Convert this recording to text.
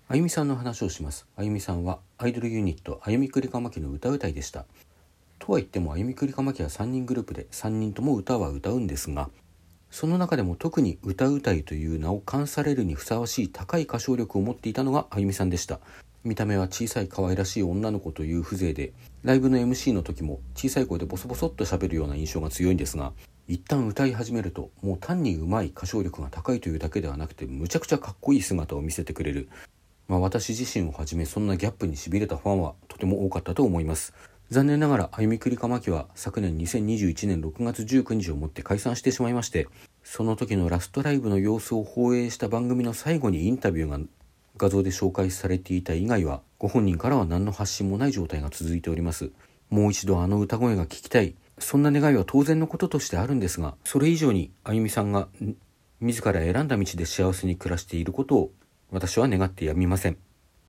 あゆみさんの話をします。あゆみさんはアイドルユニットあゆみくりかまきの歌うたいでした。とは言ってもあゆみくりかまきは3人グループで3人とも歌は歌うんですが、その中でも特に歌うたいという名を冠されるにふさわしい高い歌唱力を持っていたのがあゆみさんでした。見た目は小さい可愛らしい女の子という風情で、ライブの MC の時も小さい声でボソボソっと喋るような印象が強いんですが、一旦歌い始めるともう単に上手い歌唱力が高いというだけではなくて、むちゃくちゃかっこいい姿を見せてくれる。私自身をはじめそんなギャップに痺れたファンはとても多かったと思います。残念ながらあゆみくりかまきは昨年2021年6月19日をもって解散してしまいまして、その時のラストライブの様子を放映した番組の最後にインタビューが画像で紹介されていた以外は、ご本人からは何の発信もない状態が続いております。もう一度あの歌声が聞きたい、そんな願いは当然のこととしてあるんですが、それ以上にあゆみさんが自ら選んだ道で幸せに暮らしていることを私は願ってやみません。